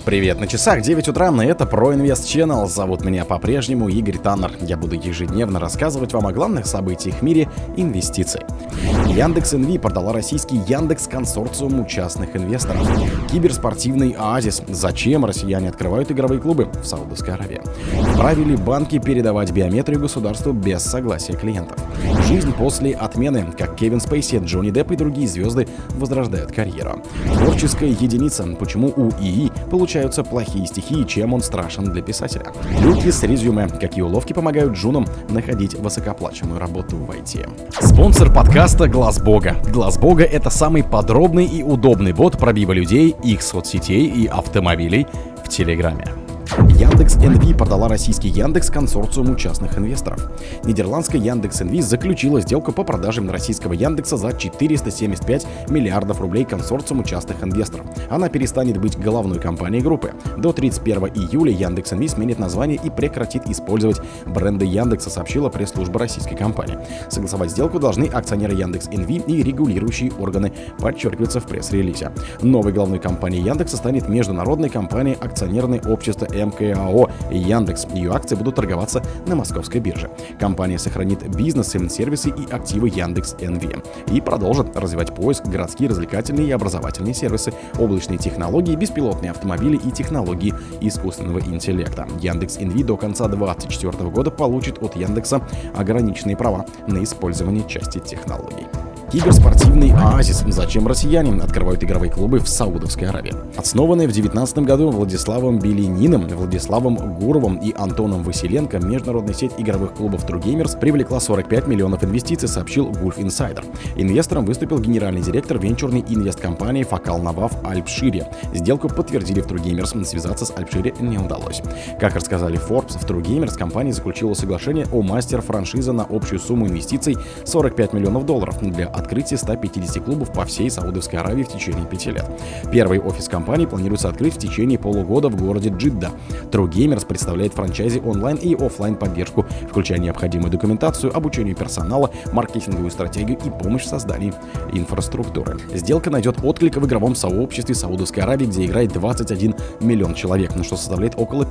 Привет, на часах 9 утра, и это ProInvest Channel. Зовут меня по-прежнему Игорь Таннер. Я буду ежедневно рассказывать вам о главных событиях в мире инвестиций. Яндекс.Инви продала российский Яндекс консорциуму частных инвесторов. Киберспортивный оазис. Зачем россияне открывают игровые клубы в Саудовской Аравии? Вправе ли банки передавать биометрию государству без согласия клиентов? Жизнь после отмены. Как Кевин Спейси, Джонни Депп и другие звезды возрождают карьеру. Творческая единица. Почему у ИИ получаются плохие стихи и чем он страшен для писателя? Люки с резюме. Какие уловки помогают джунам находить высокооплачиваемую работу в IT? Спонсор подкаста Глаз Бога. Глаз Бога — это самый подробный и удобный бот пробива людей, их соцсетей и автомобилей в Телеграме. Яндекс.Инви продала российский Яндекс консорциуму частных инвесторов. Нидерландская Яндекс.Инви заключила сделку по продаже российского Яндекса за 475 миллиардов рублей консорциуму частных инвесторов. Она перестанет быть головной компанией группы. До 31 июля Яндекс.Инви сменит название и прекратит использовать бренды Яндекса, сообщила пресс-служба российской компании. Согласовать сделку должны акционеры Яндекс.Инви и регулирующие органы, подчеркивается в пресс-релизе. Новой главной компанией Яндекса станет международная компания акционерное общество МКАО Яндекс. Ее акции будут торговаться на московской бирже. Компания сохранит бизнес, сервисы и активы Яндекс.Инви и продолжит развивать поиск, городские, развлекательные и образовательные сервисы, облачные технологии, беспилотные автомобили и технологии искусственного интеллекта. Яндекс.Инви до конца 2024 года получит от Яндекса ограниченные права на использование части технологий. Киберспортивный оазис. Зачем россияне открывают игровые клубы в Саудовской Аравии? Основанная в 2019 году Владиславом Белениным, Владиславом Гуровым и Антоном Василенко, международная сеть игровых клубов True Gamers привлекла 45 миллионов инвестиций, сообщил Gulf Insider. Инвестором выступил генеральный директор венчурной инвесткомпании Факал Наваф Альпшири. Сделку подтвердили в True Gamers, связаться с Альпшири не удалось. Как рассказали Forbes, в True Gamers компания заключила соглашение о мастер-франшизе на общую сумму инвестиций $45 миллионов для открытие 150 клубов по всей Саудовской Аравии в течение 5 лет. Первый офис компании планируется открыть в течение полугода в городе Джидда. True Gamers представляет франчайзи онлайн и офлайн поддержку, включая необходимую документацию, обучение персонала, маркетинговую стратегию и помощь в создании инфраструктуры. Сделка найдет отклик в игровом сообществе Саудовской Аравии, где играет 21 миллион человек, что составляет около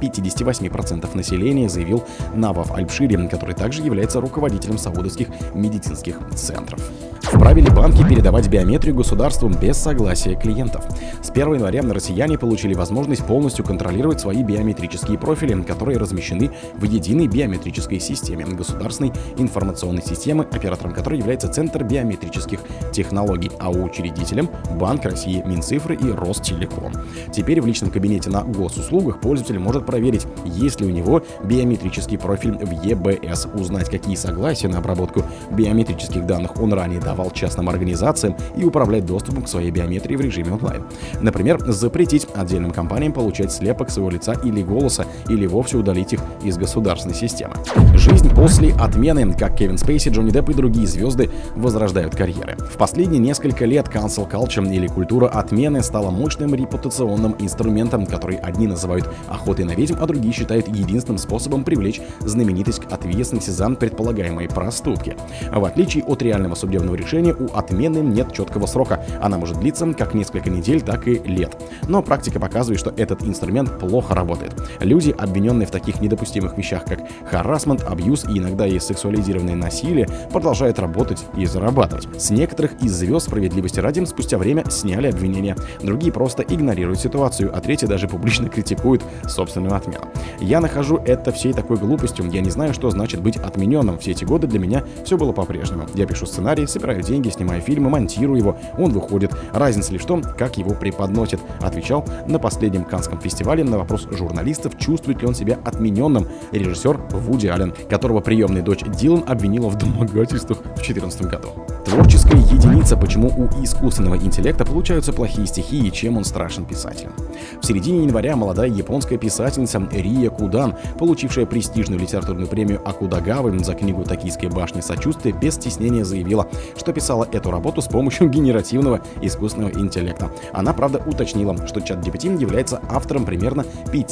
58% населения, заявил Наваф Альпшири, который также является руководителем саудовских медицинских центров. Вправе ли банки передавать биометрию государству без согласия клиентов? С 1 января россияне получили возможность полностью контролировать свои биометрические профили, которые размещены в единой биометрической системе государственной информационной системы, оператором которой является Центр биометрических технологий, а учредителем Банк России, Минцифры и Ростелеком. Теперь в личном кабинете на госуслугах пользователь может проверить, есть ли у него биометрический профиль в ЕБС, узнать, какие согласия на обработку биометрических данных он ранее давал частным организациям и управлять доступом к своей биометрии в режиме онлайн. Например, запретить отдельным компаниям получать слепок своего лица или голоса, или вовсе удалить их из государственной системы. Жизнь после отмены. Как Кевин Спейси, Джонни Депп и другие звезды возрождают карьеры. В последние несколько лет cancel culture или культура отмены стала мощным репутационным инструментом, который одни называют охотой на ведьм, а другие считают единственным способом привлечь знаменитость к ответственности за предполагаемые проступки. В отличие от реального судебного решения, у отмены нет четкого срока. Она может длиться как несколько недель, так и лет. Но практика показывает, что этот инструмент плохо работает. Люди, обвиненные в таких недопустимых вещах, как харассмент, абьюз и иногда и сексуализированное насилие, продолжают работать и зарабатывать. С некоторых из звезд справедливости ради спустя время сняли обвинения. Другие просто игнорируют ситуацию, а третьи даже публично критикуют собственную отмену. Я нахожу это всей такой глупостью. Я не знаю, что значит быть отмененным. Все эти годы для меня все было по-прежнему. Я пишу сценарий, собираю деньги, снимаю фильмы, монтирую его, он выходит. Разница лишь в том, как его преподносит, отвечал на последнем Каннском фестивале на вопрос журналистов, чувствует ли он себя отмененным, режиссер Вуди Аллен, которого приемная дочь Дилан обвинила в домогательствах в 2014 году. Творческая единица. Почему у искусственного интеллекта получаются плохие стихи и чем он страшен писателям? В середине января молодая японская писательница Рия Кудан, получившая престижную литературную премию Акудагавы за книгу «Токийская башня сочувствия», без стеснения заявила, что писала эту работу с помощью генеративного искусственного интеллекта. Она, правда, уточнила, что ChatGPT является автором примерно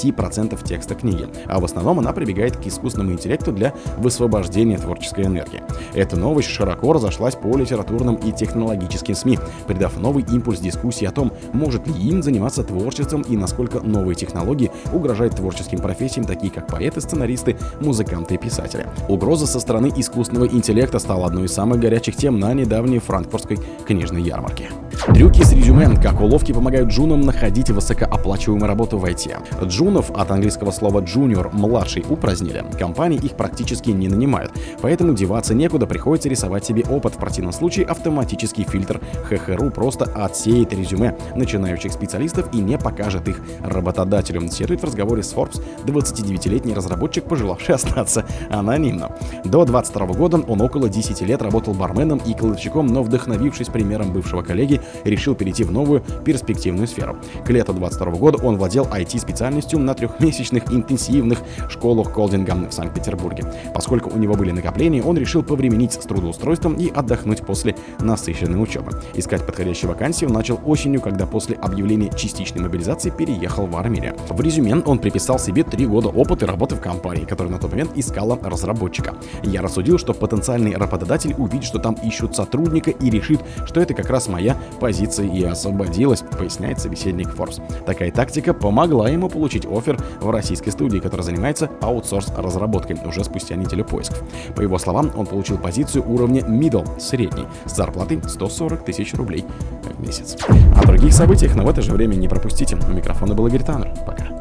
5% текста книги, а в основном она прибегает к искусственному интеллекту для высвобождения творческой энергии. Эта новость широко разошлась по литературным и технологическим СМИ, придав новый импульс дискуссии о том, может ли им заниматься творчеством и насколько новые технологии угрожают творческим профессиям, такие как поэты, сценаристы, музыканты и писатели. Угроза со стороны искусственного интеллекта стала одной из самых горячих тем на недавней франкфуртской книжной ярмарке. Трюки с резюме, как уловки помогают джунам находить высокооплачиваемую работу в IT. Джунов, от английского слова junior, младший, упразднили. Компании их практически не нанимают, поэтому деваться некуда, приходится рисовать себе опыт. В противном случае автоматический фильтр ХХРУ просто отсеет резюме начинающих специалистов и не покажет их работодателю, цитирует в разговоре с Forbes 29-летний разработчик, пожелавший остаться анонимно. До 22 года он около 10 лет работал барменом и кладовщиком, но, вдохновившись примером бывшего коллеги, решил перейти в новую перспективную сферу. К лету 22 года он владел IT-специальностью на 3-месячных интенсивных школах колдинга в Санкт-Петербурге. Поскольку у него были накопления, он решил повременить с трудоустройством и отдохнуть после насыщенной учебы. Искать подходящую вакансию начал осенью, когда после объявления частичной мобилизации переехал в Армению. В резюме он приписал себе 3 года опыта работы в компании, которая на тот момент искала разработчика. Я рассудил, что потенциальный работодатель увидит, что там ищут сотрудника, и решит, что это как раз моя позиция, и освободилась, поясняет собеседник Forbes. Такая тактика помогла ему получить оффер в российской студии, которая занимается аутсорс-разработкой, уже спустя неделю поисков. По его словам, он получил позицию уровня middle, средний, с зарплатой 140 тысяч рублей в месяц. О других событиях, но в это же время не пропустите. У микрофона был Игорь Таннер. Пока.